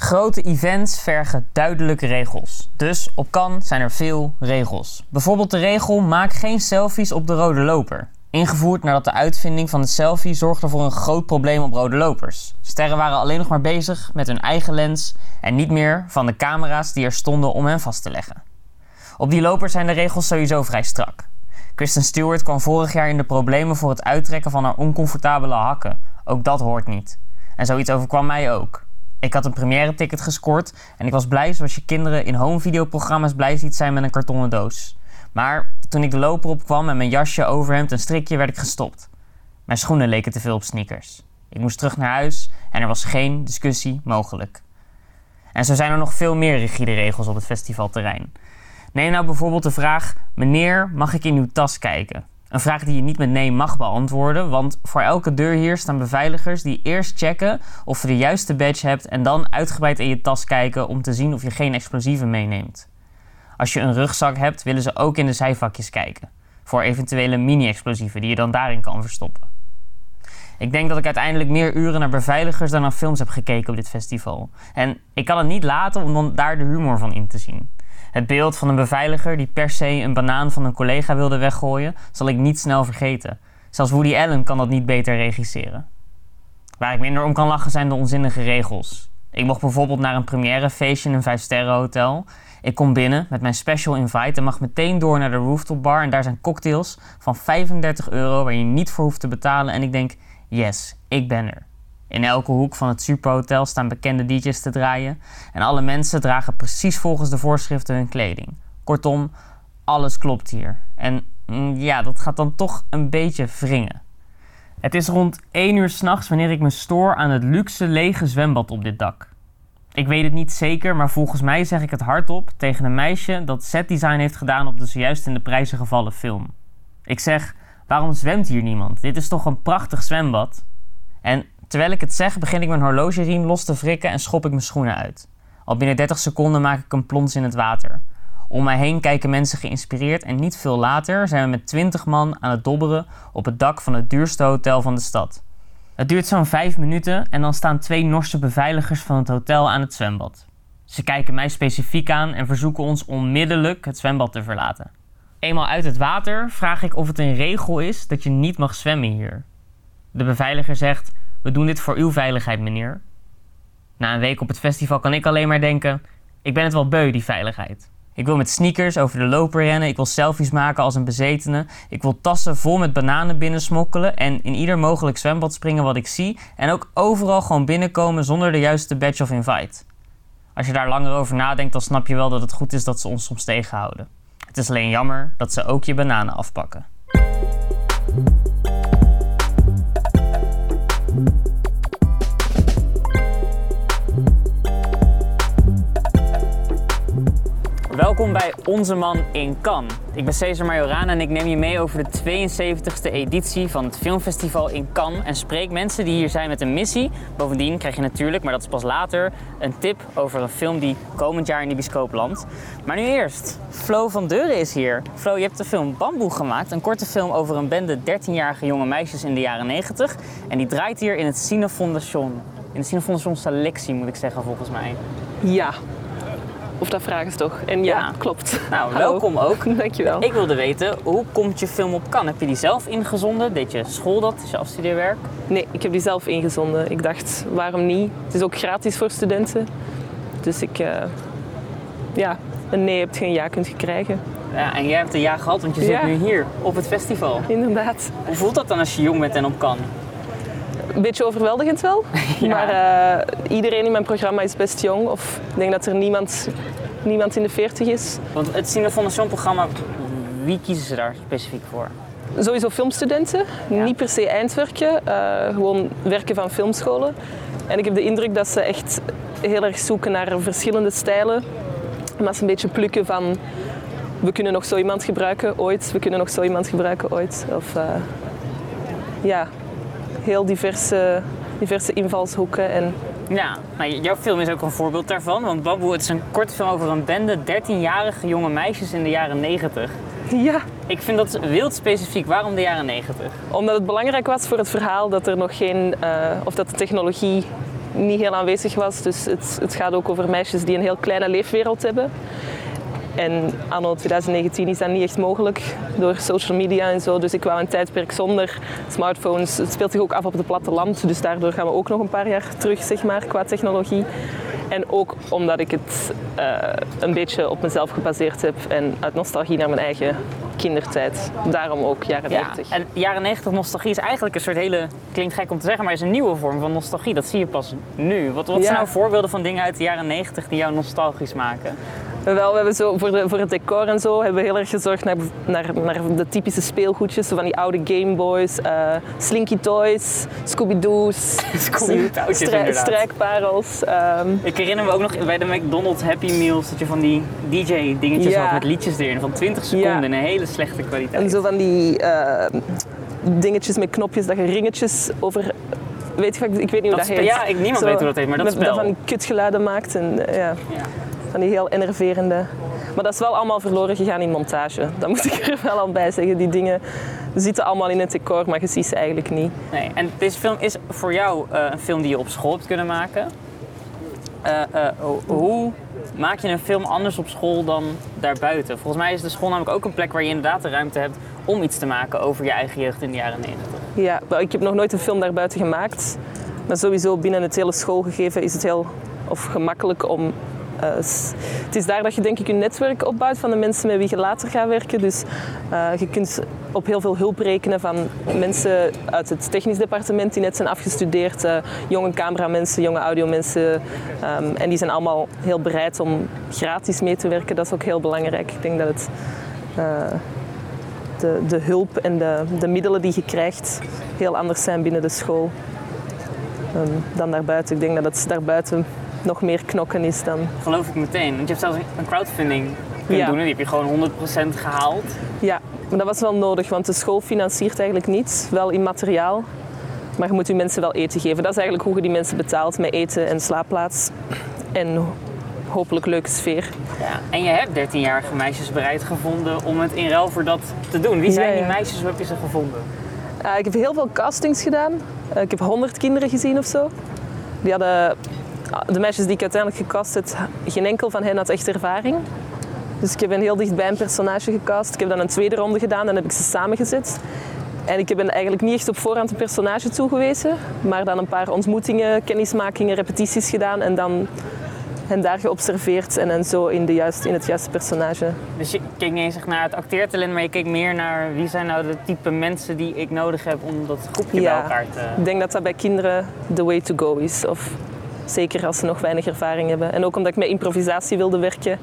Grote events vergen duidelijke regels. Dus op Cannes zijn er veel regels. Bijvoorbeeld de regel: maak geen selfies op de rode loper. Ingevoerd nadat de uitvinding van de selfie zorgde voor een groot probleem op rode lopers. Sterren waren alleen nog maar bezig met hun eigen lens en niet meer van de camera's die er stonden om hen vast te leggen. Op die lopers zijn de regels sowieso vrij strak. Kristen Stewart kwam vorig jaar in de problemen voor het uittrekken van haar oncomfortabele hakken. Ook dat hoort niet. En zoiets overkwam mij ook. Ik had een première ticket gescoord en ik was blij zoals je kinderen in home videoprogramma's blij ziet zijn met een kartonnen doos. Maar toen ik de loper opkwam met mijn jasje, overhemd en strikje werd ik gestopt. Mijn schoenen leken te veel op sneakers. Ik moest terug naar huis en er was geen discussie mogelijk. En zo zijn er nog veel meer rigide regels op het festivalterrein. Neem nou bijvoorbeeld de vraag: meneer, mag ik in uw tas kijken? Een vraag die je niet met nee mag beantwoorden, want voor elke deur hier staan beveiligers die eerst checken of je de juiste badge hebt en dan uitgebreid in je tas kijken om te zien of je geen explosieven meeneemt. Als je een rugzak hebt, willen ze ook in de zijvakjes kijken, voor eventuele mini-explosieven die je dan daarin kan verstoppen. Ik denk dat ik uiteindelijk meer uren naar beveiligers dan naar films heb gekeken op dit festival. En ik kan het niet laten om dan daar de humor van in te zien. Het beeld van een beveiliger die per se een banaan van een collega wilde weggooien, zal ik niet snel vergeten. Zelfs Woody Allen kan dat niet beter regisseren. Waar ik minder om kan lachen zijn de onzinnige regels. Ik mocht bijvoorbeeld naar een premièrefeestje in een 5-sterren hotel. Ik kom binnen met mijn special invite en mag meteen door naar de rooftop bar en daar zijn cocktails van €35 waar je niet voor hoeft te betalen en ik denk, yes, ik ben er. In elke hoek van het superhotel staan bekende DJ's te draaien en alle mensen dragen precies volgens de voorschriften hun kleding. Kortom, alles klopt hier. En ja, dat gaat dan toch een beetje wringen. Het is rond 1 uur 's nachts wanneer ik me stoor aan het luxe lege zwembad op dit dak. Ik weet het niet zeker, maar volgens mij zeg ik het hardop tegen een meisje dat setdesign heeft gedaan op de zojuist in de prijzen gevallen film. Ik zeg, waarom zwemt hier niemand? Dit is toch een prachtig zwembad? En terwijl ik het zeg, begin ik mijn horlogeriem los te wrikken en schop ik mijn schoenen uit. Al binnen 30 seconden maak ik een plons in het water. Om mij heen kijken mensen geïnspireerd en niet veel later zijn we met 20 man aan het dobberen op het dak van het duurste hotel van de stad. Het duurt zo'n 5 minuten en dan staan 2 Norse beveiligers van het hotel aan het zwembad. Ze kijken mij specifiek aan en verzoeken ons onmiddellijk het zwembad te verlaten. Eenmaal uit het water vraag ik of het een regel is dat je niet mag zwemmen hier. De beveiliger zegt, we doen dit voor uw veiligheid, meneer. Na een week op het festival kan ik alleen maar denken, ik ben het wel beu, die veiligheid. Ik wil met sneakers over de loper rennen, ik wil selfies maken als een bezetene, ik wil tassen vol met bananen binnensmokkelen en in ieder mogelijk zwembad springen wat ik zie en ook overal gewoon binnenkomen zonder de juiste badge of invite. Als je daar langer over nadenkt, dan snap je wel dat het goed is dat ze ons soms tegenhouden. Het is alleen jammer dat ze ook je bananen afpakken. Welkom bij Onze Man in Cannes. Ik ben Cesar Majorana en ik neem je mee over de 72e editie van het filmfestival in Cannes en spreek mensen die hier zijn met een missie. Bovendien krijg je natuurlijk, maar dat is pas later, een tip over een film die komend jaar in de bioscoop landt. Maar nu eerst, Flo van Deuren is hier. Flo, je hebt de film Bamboe gemaakt, een korte film over een bende 13-jarige jonge meisjes in de jaren 90. En die draait hier in het Cinefondation. In de Cinefondation Selectie moet ik zeggen volgens mij. Ja. Of dat vragen ze toch? En ja, klopt. Nou, welkom ook. Dankjewel. Ik wilde weten, hoe komt je film op Cannes? Heb je die zelf ingezonden? Deed je school dat? Is je afstudeerwerk? Nee, ik heb die zelf ingezonden. Ik dacht, waarom niet? Het is ook gratis voor studenten. Dus een nee hebt geen ja kunt krijgen. Ja, en jij hebt een ja gehad, want je zit nu hier op het festival. Inderdaad. Hoe voelt dat dan als je jong bent en op Cannes? Een beetje overweldigend wel. Ja. Maar iedereen in mijn programma is best jong. Of ik denk dat er niemand in de 40 is. Want het Cinefondation-programma, wie kiezen ze daar specifiek voor? Sowieso filmstudenten. Ja. Niet per se eindwerken. Gewoon werken van filmscholen. En ik heb de indruk dat ze echt heel erg zoeken naar verschillende stijlen. En dat ze een beetje plukken van, we kunnen nog zo iemand gebruiken ooit. We kunnen nog zo iemand gebruiken ooit. Of heel diverse invalshoeken. En ja, nou, jouw film is ook een voorbeeld daarvan. Want Bamboe, het is een korte film over een bende 13-jarige jonge meisjes in de jaren 90. Ja. Ik vind dat wild specifiek. Waarom de jaren 90? Omdat het belangrijk was voor het verhaal dat er nog geen, of dat de technologie niet heel aanwezig was. Dus het gaat ook over meisjes die een heel kleine leefwereld hebben. En anno 2019 is dat niet echt mogelijk door social media en zo. Dus ik wou een tijdperk zonder smartphones. Het speelt zich ook af op het platteland. Dus daardoor gaan we ook nog een paar jaar terug, zeg maar, qua technologie. En ook omdat ik het een beetje op mezelf gebaseerd heb en uit nostalgie naar mijn eigen kindertijd. Daarom ook jaren 90. En jaren 90 nostalgie is eigenlijk een soort hele, klinkt gek om te zeggen, maar is een nieuwe vorm van nostalgie. Dat zie je pas nu. Wat zijn nou voorbeelden van dingen uit de jaren 90 die jou nostalgisch maken? Wel, we hebben zo voor het decor en zo hebben we heel erg gezorgd naar de typische speelgoedjes. Zo van die oude Gameboys, Slinky Toys, Scooby-Doo's, strijkparels. Ik herinner me ook nog bij de McDonald's Happy Meals dat je van die DJ-dingetjes had met liedjes erin van 20 seconden in een hele slechte kwaliteit. En zo van die dingetjes met knopjes dat je ringetjes over... Weet je, ik weet niet hoe dat heet. Ja, niemand weet hoe dat heet, maar dat spel. Dat van die kutgeluiden maakt en van die heel enerverende. Maar dat is wel allemaal verloren gegaan in montage. Dat moet ik er wel al bij zeggen. Die dingen zitten allemaal in het decor, maar je ziet ze eigenlijk niet. Nee, en deze film is voor jou een film die je op school hebt kunnen maken. Hoe maak je een film anders op school dan daarbuiten? Volgens mij is de school namelijk ook een plek waar je inderdaad de ruimte hebt om iets te maken over je eigen jeugd in de jaren 90. Ja, ik heb nog nooit een film daarbuiten gemaakt. Maar sowieso binnen het hele schoolgegeven is het heel gemakkelijk om... het is daar dat je denk ik je netwerk opbouwt van de mensen met wie je later gaat werken. Dus je kunt op heel veel hulp rekenen van mensen uit het technisch departement die net zijn afgestudeerd. Jonge cameramensen, jonge audiomensen. En die zijn allemaal heel bereid om gratis mee te werken. Dat is ook heel belangrijk. Ik denk dat het... de hulp en de middelen die je krijgt heel anders zijn binnen de school dan daarbuiten. Ik denk dat het daarbuiten nog meer knokken is dan... Geloof ik meteen. Want je hebt zelfs een crowdfunding kunnen doen en die heb je gewoon 100% gehaald. Ja, maar dat was wel nodig, want de school financiert eigenlijk niets. Wel in materiaal, maar je moet je mensen wel eten geven. Dat is eigenlijk hoe je die mensen betaalt, met eten en slaapplaats. En hopelijk leuke sfeer. Ja, en je hebt 13-jarige meisjes bereid gevonden om het in ruil voor dat te doen. Wie zijn die meisjes? Hoe heb je ze gevonden? Ik heb heel veel castings gedaan. Ik heb 100 kinderen gezien of zo. Die hadden... De meisjes die ik uiteindelijk gecast heb, geen enkel van hen had echt ervaring. Dus ik heb een heel dichtbij een personage gecast. Ik heb dan een tweede ronde gedaan en heb ik ze samengezet. En ik heb eigenlijk niet echt op voorhand een personage toegewezen, maar dan een paar ontmoetingen, kennismakingen, repetities gedaan en dan hen daar geobserveerd en zo in het juiste personage. Dus je keek niet eens echt naar het acteertalent, maar je keek meer naar wie zijn nou de type mensen die ik nodig heb om dat groepje bij elkaar te... Ik denk dat dat bij kinderen the way to go is. Of zeker als ze nog weinig ervaring hebben. En ook omdat ik met improvisatie wilde werken,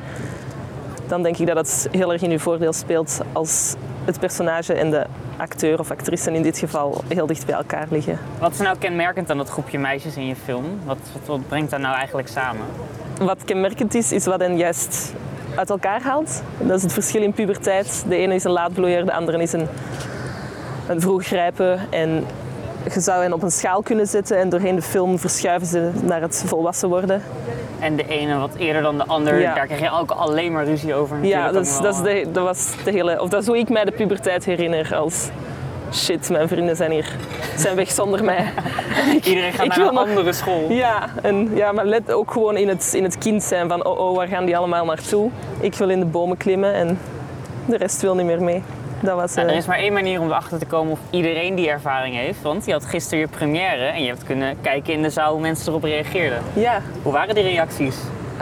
dan denk ik dat het heel erg in uw voordeel speelt als het personage en de acteur of actrice in dit geval heel dicht bij elkaar liggen. Wat is nou kenmerkend aan dat groepje meisjes in je film? Wat brengt dat nou eigenlijk samen? Wat kenmerkend is wat hen juist uit elkaar haalt. Dat is het verschil in puberteit. De ene is een laatbloeier, de andere is een vroeggrijper. En je zou hen op een schaal kunnen zetten en doorheen de film verschuiven ze naar het volwassen worden. En de ene wat eerder dan de ander, daar krijg je ook alleen maar ruzie over. Ja, dat was de hele... Of dat is hoe ik mij de puberteit herinner als... Shit, mijn vrienden zijn weg zonder mij. Iedereen gaat naar een andere school. Ja, maar let ook gewoon in het kind zijn van waar gaan die allemaal naartoe? Ik wil in de bomen klimmen en de rest wil niet meer mee. Dat was, er is maar één manier om erachter te komen of iedereen die ervaring heeft. Want je had gisteren je première en je hebt kunnen kijken in de zaal hoe mensen erop reageerden. Ja. Hoe waren die reacties?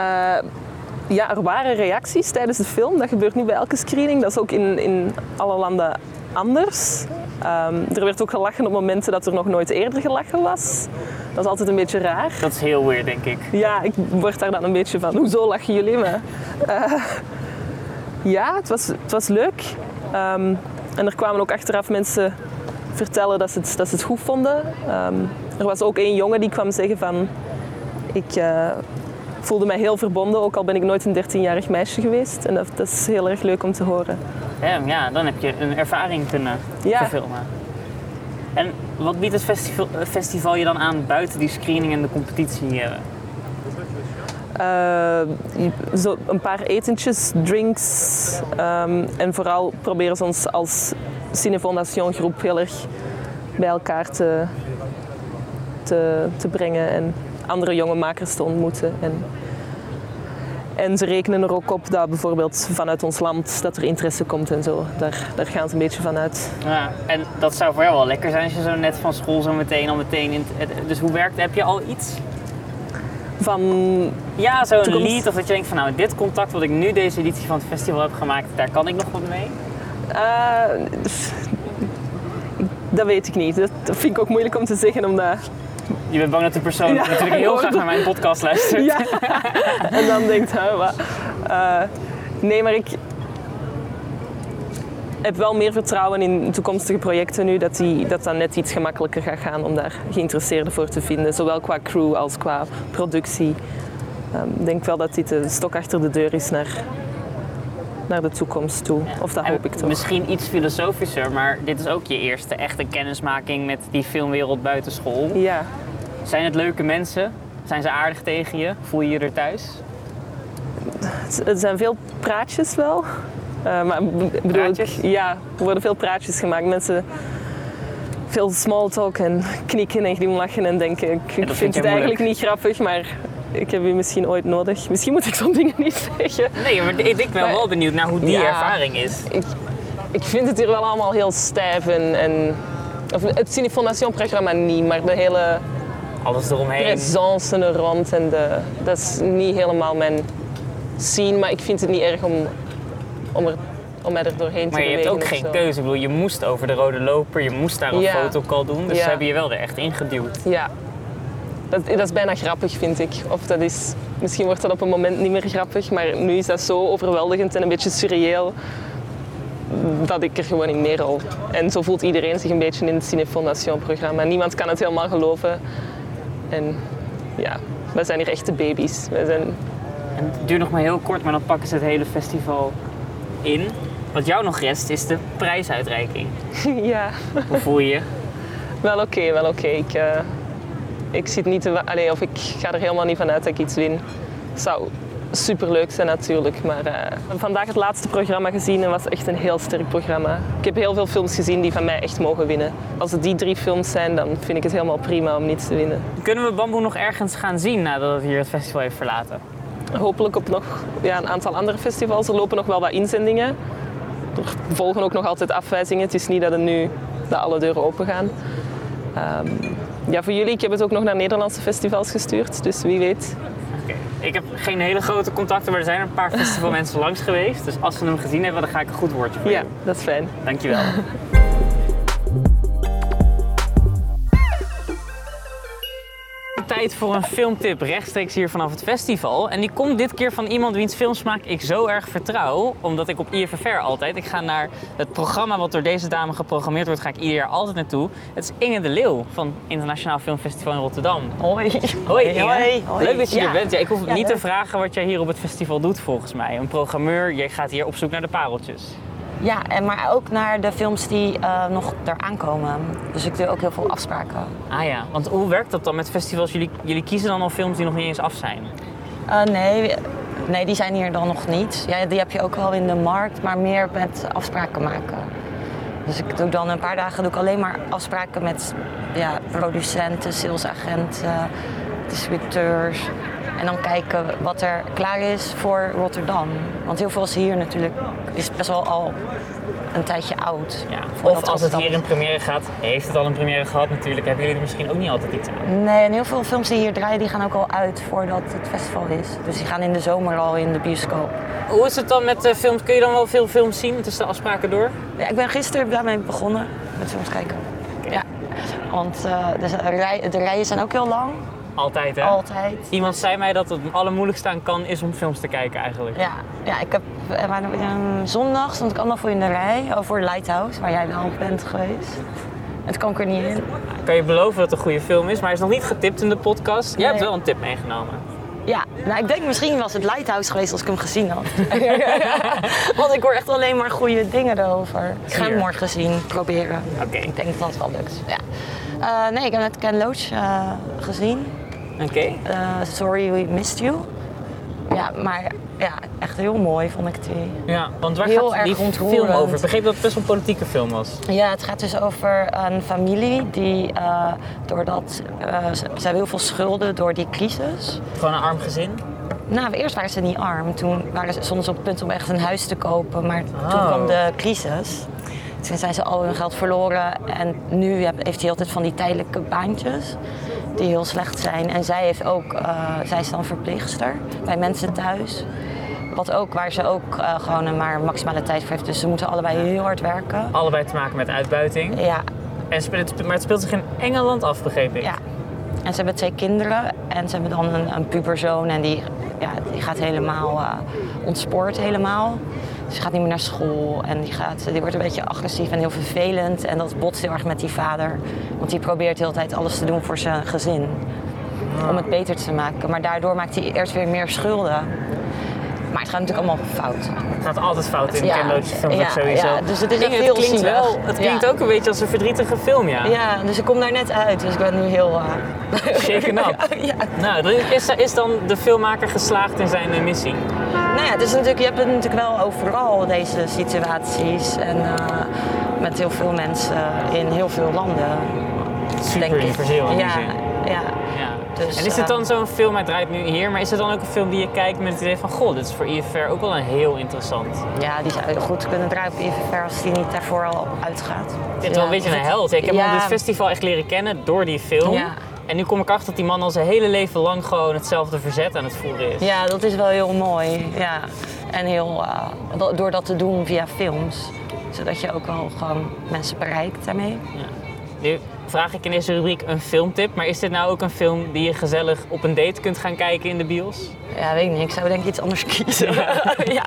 Ja, er waren reacties tijdens de film. Dat gebeurt nu bij elke screening. Dat is ook in alle landen anders. Er werd ook gelachen op momenten dat er nog nooit eerder gelachen was. Dat is altijd een beetje raar. Dat is heel weird, denk ik. Ja, ik word daar dan een beetje van, hoezo lachen jullie me? Ja, het was leuk. En er kwamen ook achteraf mensen vertellen dat ze het goed vonden. Er was ook één jongen die kwam zeggen van... Ik voelde mij heel verbonden, ook al ben ik nooit een 13-jarig meisje geweest. En dat is heel erg leuk om te horen. Ja, dan heb je een ervaring kunnen verfilmen. En wat biedt het festival je dan aan buiten die screening en de competitie? Zo een paar etentjes, drinks. En vooral proberen ze ons als Cinefondation groep heel erg bij elkaar te brengen. En andere jonge makers te ontmoeten. En ze rekenen er ook op dat bijvoorbeeld vanuit ons land dat er interesse komt en zo. Daar gaan ze een beetje van uit. Ja, en dat zou voor jou wel lekker zijn als je zo net van school zo meteen dus hoe werkt het? Heb je al iets? Van... Ja, zo'n lied of dat je denkt van nou, dit contact wat ik nu deze editie van het festival heb gemaakt, daar kan ik nog wat mee? Dat weet ik niet. Dat vind ik ook moeilijk om te zeggen, omdat... Je bent bang dat die persoon natuurlijk heel graag naar mijn podcast luistert. Ja, en dan denkt hij, wat? Nee, maar ik heb wel meer vertrouwen in toekomstige projecten nu, dat net iets gemakkelijker gaat gaan om daar geïnteresseerden voor te vinden. Zowel qua crew als qua productie. Ik denk wel dat dit de stok achter de deur is naar de toekomst toe. Of dat hoop ik toch. Misschien iets filosofischer, maar dit is ook je eerste echte kennismaking met die filmwereld buitenschool. Ja. Zijn het leuke mensen? Zijn ze aardig tegen je? Voel je je er thuis? Er zijn veel praatjes wel. Maar praatjes? Ja, er worden veel praatjes gemaakt. Mensen veel small talk en knikken en glimlachen en denken ik vind het eigenlijk niet grappig, maar ik heb u misschien ooit nodig. Misschien moet ik zo'n dingen niet zeggen. Nee, maar ik ben wel benieuwd naar hoe die ervaring is. Ik vind het hier wel allemaal heel stijf of het Cinefondation-programma niet, maar de hele... Alles eromheen. Présence er rond en dat is niet helemaal mijn scene, maar ik vind het niet erg om mij er doorheen te bewegen. Maar je hebt ook geen keuze. Ik bedoel, je moest over de rode loper, je moest daar een fotocall doen, dus ze hebben je wel er echt ingeduwd. Ja, dat is bijna grappig, vind ik. Of misschien wordt dat op een moment niet meer grappig, maar nu is dat zo overweldigend en een beetje surreëel dat ik er gewoon in meer al. En zo voelt iedereen zich een beetje in het Cinefondation-programma. Niemand kan het helemaal geloven. En ja, wij zijn hier echte baby's. En het duurt nog maar heel kort, maar dan pakken ze het hele festival in. Wat jou nog rest is de prijsuitreiking. Ja. Hoe voel je je? Wel oké. Ik zit niet of ik ga er helemaal niet van uit dat ik iets win. Het zou superleuk zijn natuurlijk, maar vandaag het laatste programma gezien en was echt een heel sterk programma. Ik heb heel veel films gezien die van mij echt mogen winnen. Als het die 3 films zijn, dan vind ik het helemaal prima om niets te winnen. Kunnen we Bamboe nog ergens gaan zien nadat het hier het festival heeft verlaten? Hopelijk op nog een aantal andere festivals. Er lopen nog wel wat inzendingen. Er volgen ook nog altijd afwijzingen. Het is niet dat alle deuren open gaan. Voor jullie, ik heb het ook nog naar Nederlandse festivals gestuurd, dus wie weet. Okay. Ik heb geen hele grote contacten, maar er zijn een paar festivalmensen langs geweest. Dus als ze hem gezien hebben, dan ga ik een goed woordje voor je. Ja, dat is fijn. Dankjewel. Tijd voor een filmtip rechtstreeks hier vanaf het festival. En die komt dit keer van iemand wiens filmsmaak ik zo erg vertrouw. Omdat ik op IFFR altijd, ik ga naar het programma wat door deze dame geprogrammeerd wordt, ga ik ieder jaar altijd naartoe. Het is Inge de Leeuw van Internationaal Filmfestival in Rotterdam. Hoi. Hoi Inge. Hoi. Leuk dat je er bent. Ja, ik hoef niet te vragen wat jij hier op het festival doet volgens mij. Een programmeur, jij gaat hier op zoek naar de pareltjes. Ja, maar ook naar de films die nog eraan komen. Dus ik doe ook heel veel afspraken. Ah ja, want hoe werkt dat dan met festivals? Jullie kiezen dan al films die nog niet eens af zijn? Nee, die zijn hier dan nog niet. Ja, die heb je ook wel in de markt, maar meer met afspraken maken. Dus ik doe dan een paar dagen alleen maar afspraken met producenten, salesagenten, distributeurs. En dan kijken wat er klaar is voor Rotterdam. Want heel veel is hier natuurlijk best wel al een tijdje oud. Ja, of als het hier in première gaat, heeft het al een première gehad natuurlijk. Hebben jullie er misschien ook niet altijd iets aan? Nee, en heel veel films die hier draaien, die gaan ook al uit voordat het festival is. Dus die gaan in de zomer al in de bioscoop. Hoe is het dan met de films? Kun je dan wel veel films zien tussen de afspraken door? Ja, ik ben gisteren daarmee begonnen met films kijken. Okay. Ja, want de rijen zijn ook heel lang. Altijd, hè? Altijd. Iemand zei mij dat het allermoeilijkste aan kan is om films te kijken eigenlijk. Ja, ik heb zondag stond ik allemaal voor in de rij, voor Lighthouse, waar jij wel bent geweest. En toen kwam ik er niet in. Kan je beloven dat het een goede film is, maar hij is nog niet getipt in de podcast. Jij hebt wel een tip meegenomen. Ja, ik denk misschien was het Lighthouse geweest als ik hem gezien had. Want ik hoor echt alleen maar goede dingen erover. Ik ga hem morgen zien, proberen. Oké. Ik denk dat het wel lukt. Ja. Nee, ik heb net Ken Loach gezien. Oké. Sorry We Missed You. Ja, maar ja, echt heel mooi vond ik die. Ja, want waar Heel gaat erg die film ontroerend. over? Ik begreep dat het best wel een politieke film was. Ja, het gaat dus over een familie die doordat ze hebben heel veel schulden door die crisis. Gewoon een arm gezin? Nou, eerst waren ze niet arm. Toen waren ze soms op het punt om echt een huis te kopen. Maar toen Oh. kwam de crisis. Toen zijn ze al hun geld verloren. En nu heeft hij altijd van die tijdelijke baantjes die heel slecht zijn. En zij heeft ook, zij is dan verpleegster bij mensen thuis. Waar ze ook gewoon maar een maximale tijd voor heeft. Dus ze moeten allebei heel hard werken. Allebei te maken met uitbuiting. Ja, Maar het speelt zich in Engeland af, begreep ik. ja. En ze hebben 2 kinderen. En ze hebben dan een puberzoon. En die gaat helemaal, ontspoort helemaal. Dus ze gaat niet meer naar school. En die wordt een beetje agressief en heel vervelend. En dat botst heel erg met die vader. Want die probeert de hele tijd alles te doen voor zijn gezin. Om het beter te maken. Maar daardoor maakt hij eerst weer meer schulden. Maar het gaat natuurlijk allemaal fout. Het gaat altijd fout in Ken Loach films ook sowieso. Ja, dus het is echt Het heel klinkt zielig. wel. Het klinkt ook een beetje als een verdrietige film, ja. Ja, dus ik kom daar net uit. Dus ik ben nu heel... Shaken up. Ja. Nou, is dan de filmmaker geslaagd in zijn missie? Nou ja, je hebt het natuurlijk wel overal, deze situaties. En met heel veel mensen in heel veel landen. Super universeel in die zin. Ja. Ja. Dus, En is het dan zo'n film, hij draait nu hier, maar is het dan ook een film die je kijkt met het idee van, goh, dit is voor IFR ook wel een heel interessant. Ja, die zou heel goed kunnen draaien op IFR als die niet daarvoor al uitgaat. Het is wel een beetje een held. Ik heb hem op dit Ja. festival echt leren kennen door die film. Ja. En nu kom ik achter dat die man al zijn hele leven lang gewoon hetzelfde verzet aan het voeren is. Ja, dat is wel heel mooi. Ja. En heel, door dat te doen via films. Zodat je ook wel gewoon mensen bereikt daarmee. Ja. Nu vraag ik in deze rubriek een filmtip, maar is dit nou ook een film die je gezellig op een date kunt gaan kijken in de bios? Ja, weet ik niet. Ik zou denk ik iets anders kiezen. Ja,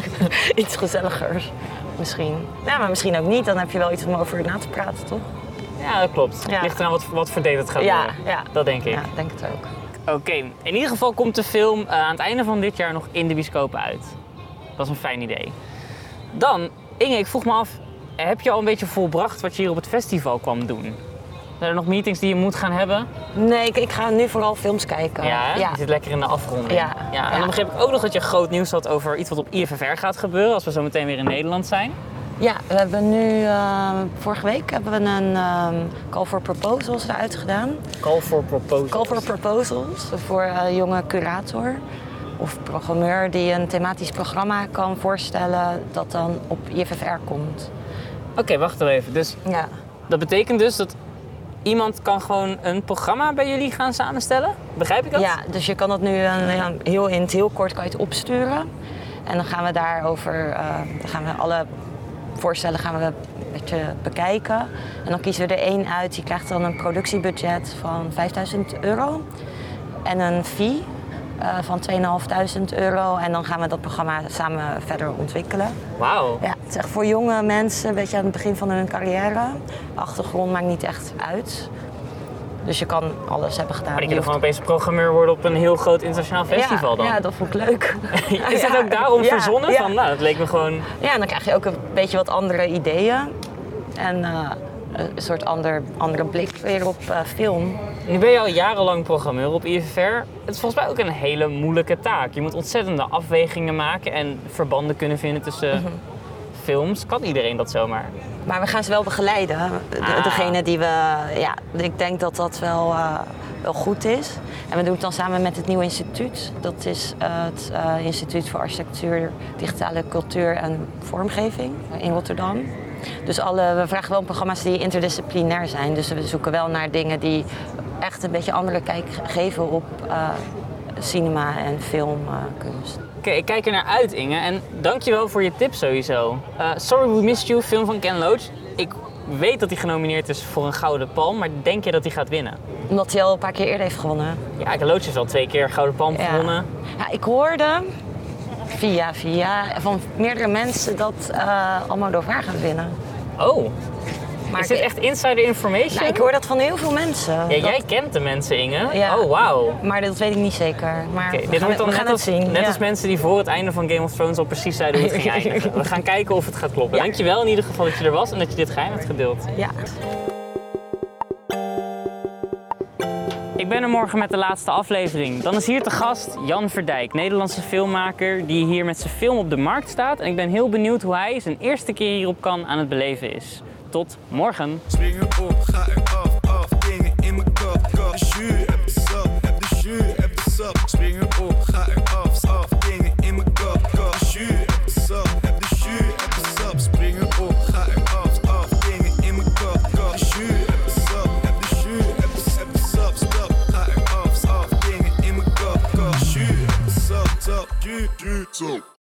iets gezelligers misschien. Ja, maar misschien ook niet. Dan heb je wel iets om over na te praten, toch? Ja, dat klopt. Ja. Ligt eraan wat voor date het gaat Ja, worden. ja. Dat denk ik. Ja, denk het ook. Oké, in ieder geval komt de film aan het einde van dit jaar nog in de bioscopen uit. Dat is een fijn idee. Dan, Inge, ik vroeg me af, heb je al een beetje volbracht wat je hier op het festival kwam doen? Zijn er nog meetings die je moet gaan hebben? Nee, ik ga nu vooral films kijken. Ja, hè? Je zit lekker in de afronding. Ja. En dan begreep ik ook nog dat je groot nieuws had over iets wat op IFFR gaat gebeuren als we zo meteen weer in Nederland zijn. Ja, we hebben nu, vorige week hebben we een Call for Proposals eruit gedaan. Call for Proposals. Call for Proposals voor een jonge curator of programmeur die een thematisch programma kan voorstellen dat dan op IFFR komt. Oké, wacht even. Dus Ja. dat betekent dus dat iemand kan gewoon een programma bij jullie gaan samenstellen? Begrijp ik dat? Ja, dus je kan dat nu in het heel kort kan je het opsturen. En dan gaan we daarover, alle voorstellen gaan we een beetje bekijken. En dan kiezen we er één uit, die krijgt dan een productiebudget van €5.000. En een fee van €2.500. En dan gaan we dat programma samen verder ontwikkelen. Wauw. Ja, het is echt voor jonge mensen, een beetje aan het begin van hun carrière. Achtergrond maakt niet echt uit. Dus je kan alles hebben gedaan. Maar die kunnen gewoon opeens programmeur worden op een heel groot internationaal festival dan. Ja, dat vond ik leuk. Is dat ook daarom verzonnen? Ja. Van, nou, dat leek me gewoon... Ja, en dan krijg je ook een beetje wat andere ideeën. En een soort andere blik weer op film. Nu ben je al jarenlang programmeur op IFFR. Het is volgens mij ook een hele moeilijke taak. Je moet ontzettende afwegingen maken en verbanden kunnen vinden tussen films. Kan iedereen dat zomaar? Maar we gaan ze wel begeleiden. Degene die we... Ja, ik denk dat dat wel goed is. En we doen het dan samen met het nieuwe instituut. Dat is het Instituut voor Architectuur, Digitale Cultuur en Vormgeving in Rotterdam. Dus we vragen wel programma's die interdisciplinair zijn. Dus we zoeken wel naar dingen die echt een beetje andere kijk geven op cinema en filmkunst. Oké, ik kijk er naar uit, Inge. En dankjewel voor je tip sowieso. Sorry We Missed You, film van Ken Loach. Ik weet dat hij genomineerd is voor een Gouden Palm, maar denk je dat hij gaat winnen? Omdat hij al een paar keer eerder heeft gewonnen. Ja, Ken Loach heeft al 2 keer Gouden Palm gewonnen. Ja, ik hoorde via van meerdere mensen dat Almodovar gaat winnen. Oh, Maar is dit echt insider information? Nou, ik hoor dat van heel veel mensen. Ja, jij kent de mensen, Inge. Ja. Oh, wauw. Maar dat weet ik niet zeker. Maar Dit we wordt dan gaan het zien. Net Ja. als mensen die voor het einde van Game of Thrones al precies zeiden hoe het ging eindigen. We gaan kijken of het gaat kloppen. Ja. Dankjewel in ieder geval dat je er was en dat je dit geheim hebt gedeeld. Ja. Ik ben er morgen met de laatste aflevering. Dan is hier te gast Jan Verdijk, Nederlandse filmmaker die hier met zijn film op de markt staat. En ik ben heel benieuwd hoe hij zijn eerste keer hier op Cannes aan het beleven is. Tot morgen. Springen op, ga eraf, dingen in mijn kop. De jus, heb de sap, heb de jus, heb de sap. Springen op, ga eraf, dingen in mijn kop. De jus, heb de sap, heb de jus, heb de sap. Springen op, ga eraf, dingen in mijn kop. De jus, heb de sap, heb de jus, heb de sap. Stap, ga eraf, dingen in mijn kop. De jus, heb de sap, jus, sap.